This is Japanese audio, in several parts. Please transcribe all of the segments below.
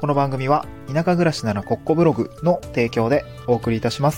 この番組は田舎暮らしならコッコブログの提供でお送りいたします。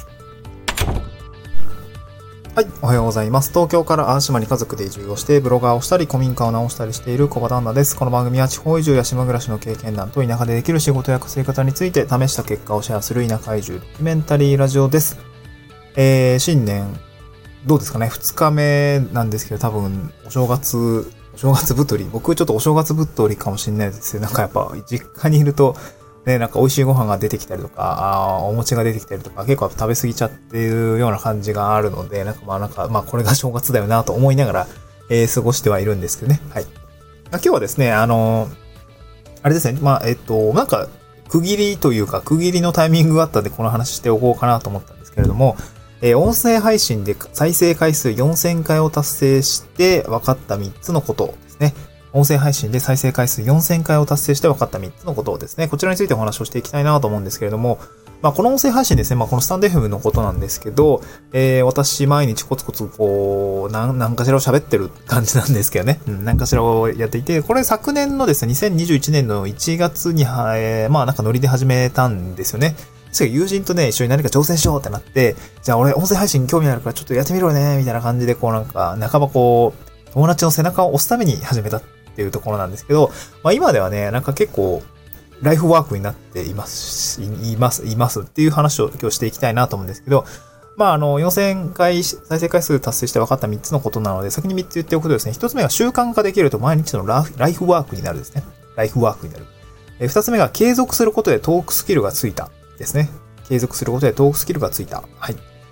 はい、おはようございます。東京から淡島に家族で移住をしてブロガーをしたり古民家を直したりしている小場旦那です。この番組は地方移住や島暮らしの経験談と田舎でできる仕事や稼ぎ方について試した結果をシェアする田舎移住ドキュメンタリーラジオです。新年どうですかね、2日目なんですけど、多分お正月太り、僕ちょっとお正月太りかもしれないですよ。なんかやっぱ実家にいるとね、なんか美味しいご飯が出てきたりとか、お餅が出てきたりとか、結構食べ過ぎちゃってるような感じがあるので、これが正月だよなと思いながら、過ごしてはいるんですけどね。はい。今日はですね、あれですね、なんか区切りというか、区切りのタイミングがあったんでこの話しておこうかなと思ったんですけれども、音声配信で再生回数4000回を達成して分かった3つのことですね。音声配信で再生回数4000回を達成して分かった3つのことをですね、こちらについてお話をしていきたいなと思うんですけれども、この音声配信ですね、このスタンド FM のことなんですけど、私毎日コツコツ何かしらを喋ってる感じなんですけどね、何かしらをやっていて、これ昨年のですね、2021年の1月に、ノリで始めたんですよね。友人とね、一緒に何か挑戦しようってなって、じゃあ俺音声配信興味あるからちょっとやってみろよね、みたいな感じで半ば友達の背中を押すために始めたっていうところなんですけど、今ではね、なんか結構、ライフワークになっていますっていう話を今日していきたいなと思うんですけど、4000回再生回数達成して分かった3つのことなので、先に3つ言っておくとですね、1つ目が習慣化できると毎日のライフワークになるですね。ライフワークになる。2つ目が継続することでトークスキルがついたですね。継続することでトークスキルがついた。はい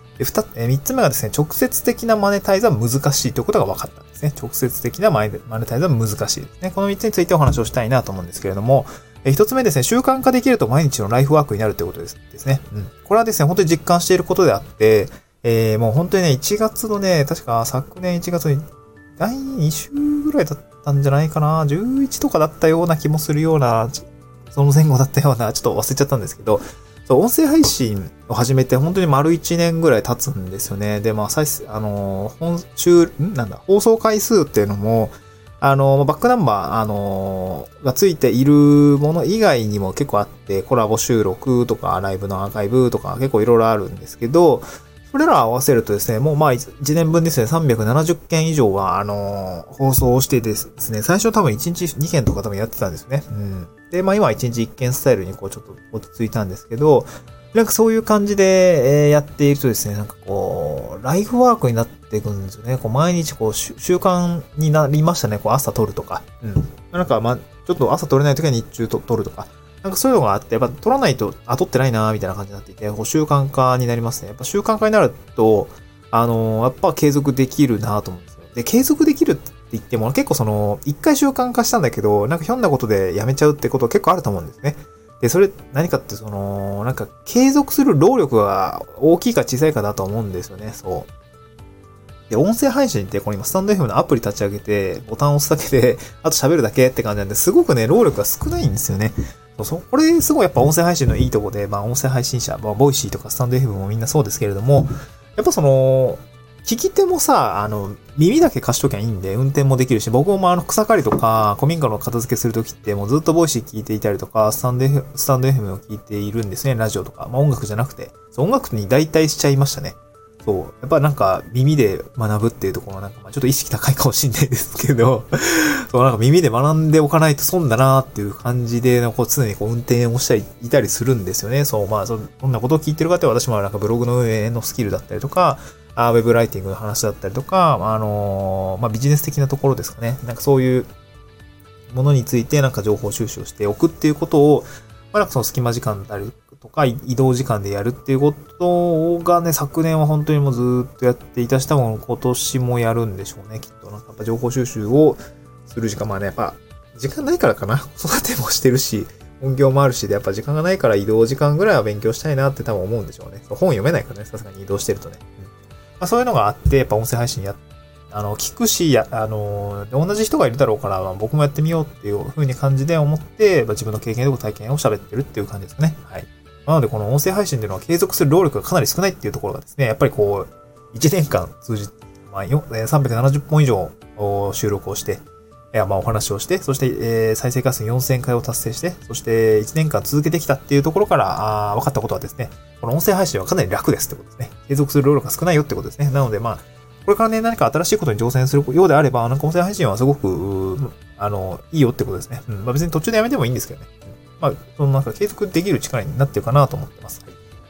。3つ目がですね、直接的なマネタイズは難しいということが分かったんですね。直接的なマネタイズは難しいですね。この3つについてお話をしたいなと思うんですけれども、1つ目ですね、習慣化できると毎日のライフワークになるということですね。これはですね、本当に実感していることであって、もう本当にね、1月のね、確か昨年1月に第2週ぐらいだったんじゃないかな、11とかだったような気もするような、その前後だったような、ちょっと忘れちゃったんですけど、音声配信を始めて本当に丸1年ぐらい経つんですよね。で、放送回数っていうのも、バックナンバー、がついているもの以外にも結構あって、コラボ収録とか、ライブのアーカイブとか結構いろいろあるんですけど、それら合わせるとですね、もう1年分ですね、370件以上は、放送をしてですね、最初多分1日2件とか多分やってたんですよね。で、今1日1件スタイルにちょっと落ち着いたんですけど、なんかそういう感じで、やっているとですね、ライフワークになっていくんですよね。毎日習慣になりましたね。朝撮るとか。ちょっと朝撮れない時は日中撮るとか。なんかそういうのがあって、やっぱ撮らないと、撮ってないなみたいな感じになっていて、習慣化になりますね。やっぱ習慣化になると、やっぱ継続できるなと思うんですよ。で、継続できるって言っても、結構一回習慣化したんだけど、なんかひょんなことでやめちゃうってこと結構あると思うんですね。で、それ、何かってなんか継続する労力が大きいか小さいかだと思うんですよね。そう。で、音声配信って今スタンド FM のアプリ立ち上げて、ボタンを押すだけで、あと喋るだけって感じなんで、すごくね、労力が少ないんですよね。これすごいやっぱ音声配信のいいとこで、音声配信者、ボイシーとかスタンド FM もみんなそうですけれども、やっぱ聞き手もさ、耳だけ貸しときゃいいんで、運転もできるし、僕も草刈りとか、古民家の片付けするときって、もうずっとボイシー聞いていたりとか、スタンド FM を聞いているんですね、ラジオとか。音楽じゃなくて。音楽に代替しちゃいましたね。そう。やっぱなんか耳で学ぶっていうところちょっと意識高いかもしれないですけど、なんか耳で学んでおかないと損だなっていう感じで、常に運転をしたりいたりするんですよね。そんなことを聞いてる方は私もなんかブログの運営のスキルだったりとか、ウェブライティングの話だったりとか、ビジネス的なところですかね。なんかそういうものについてなんか情報収集をしておくっていうことを、なんか隙間時間だったりとか移動時間でやるっていうことがね、昨年は本当にもうずっとやっていたしたもの今年もやるんでしょうね、きっと。なんかやっぱ情報収集をする時間、やっぱ時間ないからかな。子育てもしてるし、本業もあるしで、やっぱ時間がないから移動時間ぐらいは勉強したいなって多分思うんでしょうね。本読めないからね、さすがに移動してるとね。そういうのがあって、やっぱ音声配信聞くし、同じ人がいるだろうから、僕もやってみようっていう風に感じで思って、自分の経験とか体験を喋ってるっていう感じですかね。はい。なので、この音声配信っていうのは継続する労力がかなり少ないっていうところがですね、やっぱり1年間通じ、370本以上収録をして、 まあお話をして、そして、再生回数4000回を達成して、そして1年間続けてきたっていうところから、分かったことはですね、この音声配信はかなり楽ですってことですね。継続する労力が少ないよってことですね。なのでまあ、これからね、何か新しいことに挑戦するようであれば、なんか音声配信はすごく、いいよってことですね。まあ別に途中でやめてもいいんですけどね。まあ、そのなんか継続できる力になってるかなと思ってます。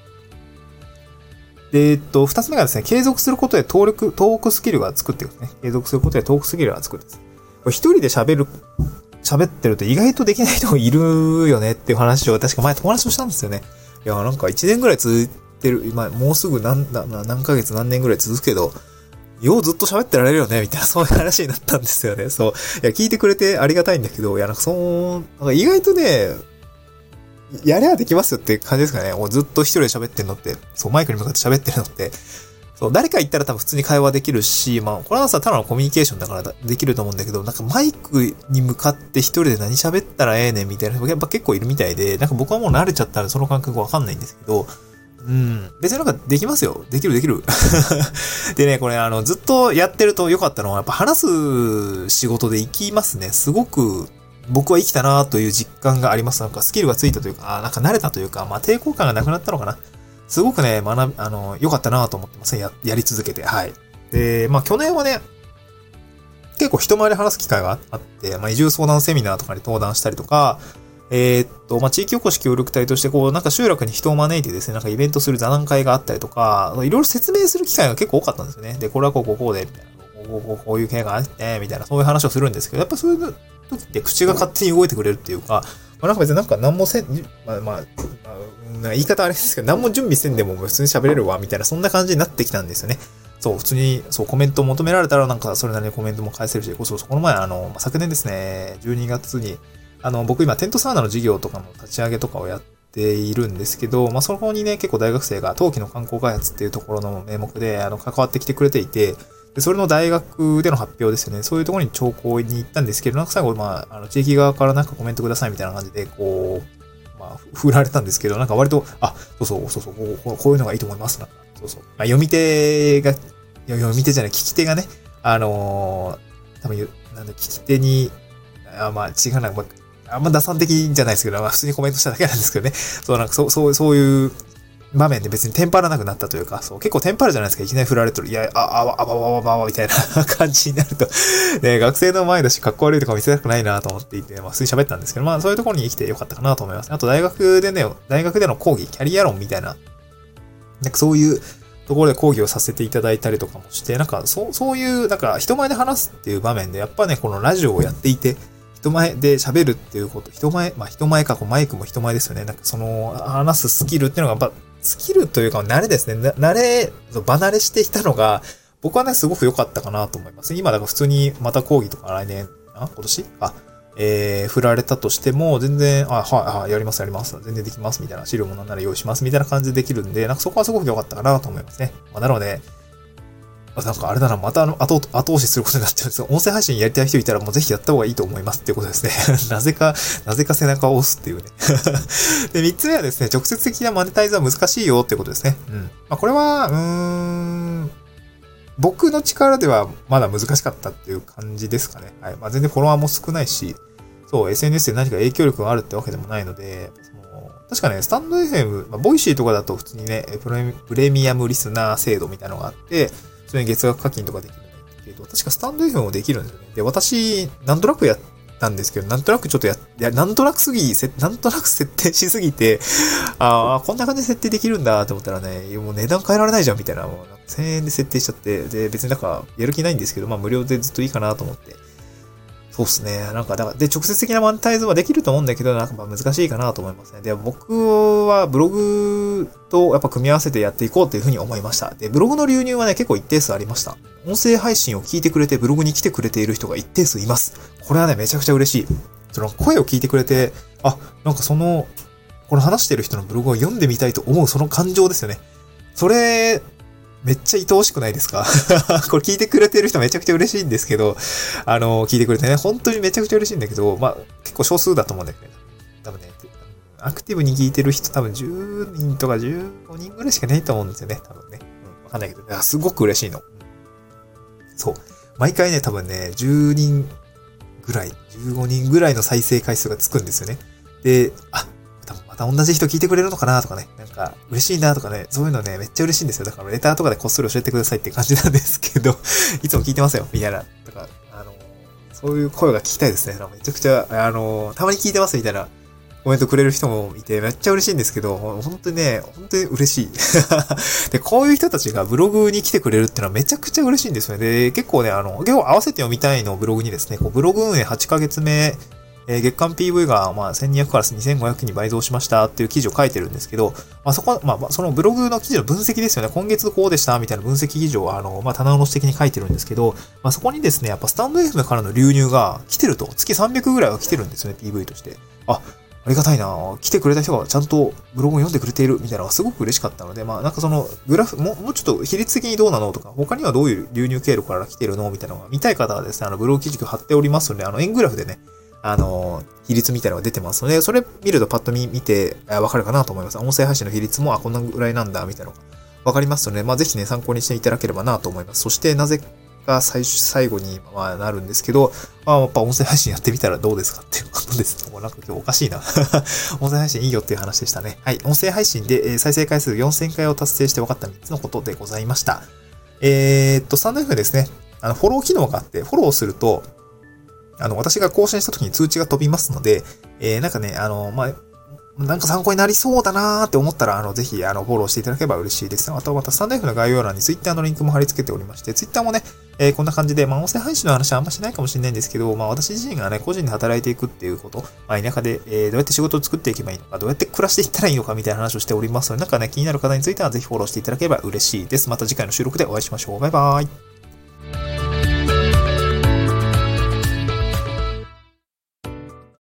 で、二つ目がですね、継続することでトークスキルがつくっていうですね。継続することでトークスキルがつくです。これ一人で喋ってると意外とできない人もいるよねっていう話を確か前友達としたんですよね。いや、なんか1年ぐらい続いてる、今もうすぐ何ヶ月何年ぐらい続くけど、ようずっと喋ってられるよねみたいな、そういう話になったんですよね。そう。いや、聞いてくれてありがたいんだけど、いや、なんか意外とね、やりゃできますよって感じですかね。もうずっと一人で喋ってんのって、そう、マイクに向かって喋ってるのって、そう、誰か言ったら多分普通に会話できるし、まあ、これはさ、ただのコミュニケーションだからできると思うんだけど、なんかマイクに向かって一人で何喋ったらええねんみたいな人がやっぱ結構いるみたいで、なんか僕はもう慣れちゃったらその感覚わかんないんですけど、別になんかできますよ。できる。でね、これずっとやってると良かったのは、やっぱ話す仕事で生きますね。すごく、僕は生きたなという実感があります。なんかスキルがついたというか、なんか慣れたというか、まあ抵抗感がなくなったのかな。すごくね、良かったなと思ってますね。やり続けて。はい。で、まあ去年はね、結構人前で話す機会があって、まあ移住相談セミナーとかに登壇したりとか、まあ、地域おこし協力隊として、こう、なんか集落に人を招いてですね、なんかイベントする座談会があったりとか、いろいろ説明する機会が結構多かったんですよね。で、これはこうで、みたいな。こういう系があって、みたいな、そういう話をするんですけど、やっぱそういう時って口が勝手に動いてくれるっていうか、まあ、なんか別になんか何も言い方あれですけど、何も準備せんでも普通に喋れるわ、みたいな、そんな感じになってきたんですよね。そう、普通に、そう、コメントを求められたら、なんかそれなりにコメントも返せるし、この前昨年ですね、12月に、僕今テントサウナの事業とかの立ち上げとかをやっているんですけど、まあ、そこにね、結構大学生が冬季の観光開発っていうところの名目で、関わってきてくれていて、で、それの大学での発表ですよね。そういうところに聴講に行ったんですけど、なんか最後、まあ、地域側からなんかコメントくださいみたいな感じで、こう、まあ、振られたんですけど、なんか割と、そう、こういうのがいいと思います。なんかそう。まあ、読み手じゃない、聞き手がね、多分、聞き手に、まあ、違うな、あんま打算的じゃないですけど、まあ、普通にコメントしただけなんですけどね。そう、なんかそういう場面で別にテンパらなくなったというか、そう、結構テンパるじゃないですか。いきなり振られてる。いや、みたいな感じになると、ね、学生の前だし、かっこ悪いとか見せたくないなと思っていて、まあ、普通に喋ったんですけど、まあ、そういうところに生きてよかったかなと思います。あと、大学での講義、キャリア論みたいな、なんかそういうところで講義をさせていただいたりとかもして、なんか、そういう、なんか、人前で話すっていう場面で、やっぱね、このラジオをやっていて、人前で喋るっていうこと、人前か、マイクも人前ですよね。なんか話すスキルっていうのが、やっぱ、スキルというか、慣れですね。離れしていたのが、僕はね、すごく良かったかなと思います。今、だから普通にまた講義とか今年振られたとしても、全然、やります。全然できます。みたいな、資料もなんなら用意します。みたいな感じでできるんで、なんかそこはすごく良かったかなと思いますね。まあ、なので、なんかあれだな、また後押しすることになっちゃうんですよ。音声配信やりたい人いたらもうぜひやった方がいいと思いますっていうことですね。なぜか背中を押すっていうね。で、3つ目はですね、直接的なマネタイズは難しいよってことですね。まあ、これは、僕の力ではまだ難しかったっていう感じですかね。はい。まあ、全然フォロワーも少ないし、そう、SNS で何か影響力があるってわけでもないので、確かね、スタンド FM、ボイシーとかだと普通にね、プレミアムリスナー制度みたいなのがあって、それに月額課金とかできるんだけど、確かスタンド FM もできるんですよね。で、私、なんとなくやったんですけど、なんとなく設定しすぎて、こんな感じで設定できるんだと思ったらね、もう値段変えられないじゃんみたいな、もう1000円で設定しちゃって、で、別になんか、やる気ないんですけど、まあ無料でずっといいかなと思って。そうっすね。なんか、で、直接的なマネタイズはできると思うんだけど、なんか難しいかなと思いますね。で、僕はブログとやっぱ組み合わせてやっていこうというふうに思いました。で、ブログの流入はね、結構一定数ありました。音声配信を聞いてくれて、ブログに来てくれている人が一定数います。これはね、めちゃくちゃ嬉しい。その声を聞いてくれて、なんかこの話してる人のブログを読んでみたいと思うその感情ですよね。それ、めっちゃ愛おしくないですか？これ聞いてくれてる人めちゃくちゃ嬉しいんですけど、聞いてくれてね、本当にめちゃくちゃ嬉しいんだけど、まあ、結構少数だと思うんだけどね。多分ね、アクティブに聞いてる人多分10人とか15人ぐらいしかないと思うんですよね、多分ね。わかんないけど、すごく嬉しいの。そう。毎回ね、多分ね、10人ぐらい、15人ぐらいの再生回数がつくんですよね。で、また同じ人聞いてくれるのかなとかね、なんか嬉しいなとかね、そういうのね、めっちゃ嬉しいんですよ。だからレターとかでこっそり教えてくださいって感じなんですけど、いつも聞いてますよ、みたいな。だから、そういう声が聞きたいですね。めちゃくちゃ、たまに聞いてますみたいなコメントくれる人もいて、めっちゃ嬉しいんですけど、本当に嬉しい。で、こういう人たちがブログに来てくれるっていうのはめちゃくちゃ嬉しいんですよね。で、結構ね、結構合わせて読みたいのブログにですね、こうブログ運営8ヶ月目、月間 PV が、1200から2500に倍増しましたっていう記事を書いてるんですけど、そのブログの記事の分析ですよね。今月こうでしたみたいな分析記事を、棚卸し的に書いてるんですけど、そこにですね、やっぱスタンド FM からの流入が来てると、月300ぐらいは来てるんですよね、PV として。ありがたいな、来てくれた人がちゃんとブログを読んでくれているみたいなのがすごく嬉しかったので、なんかそのグラフ、もうちょっと比率的にどうなのとか、他にはどういう流入経路から来てるのみたいなのが見たい方はですね、ブログ記事を貼っておりますので、円グラフでね、比率みたいなのが出てますので、それ見るとパッと見て、わかるかなと思います。音声配信の比率も、こんなぐらいなんだ、みたいなのがわかりますので、ぜひね、参考にしていただければなと思います。そして、なぜか最後になるんですけど、やっぱ音声配信やってみたらどうですかっていうことです。もうなんか今日おかしいな。音声配信いいよっていう話でしたね。はい。音声配信で再生回数4000回を達成して分かった3つのことでございました。スタンド F ですね。フォロー機能があって、フォローすると、私が更新した時に通知が飛びますので、なんかね、なんか参考になりそうだなーって思ったら、ぜひ、フォローしていただければ嬉しいです。あと、また、スタンド F の概要欄に Twitter のリンクも貼り付けておりまして、Twitter もね、こんな感じで、音声配信の話はあんましないかもしれないんですけど、私自身がね、個人で働いていくっていうこと、田舎で、どうやって仕事を作っていけばいいのか、どうやって暮らしていったらいいのかみたいな話をしておりますので、なんかね、気になる方についてはぜひフォローしていただければ嬉しいです。また次回の収録でお会いしましょう。バイバーイ。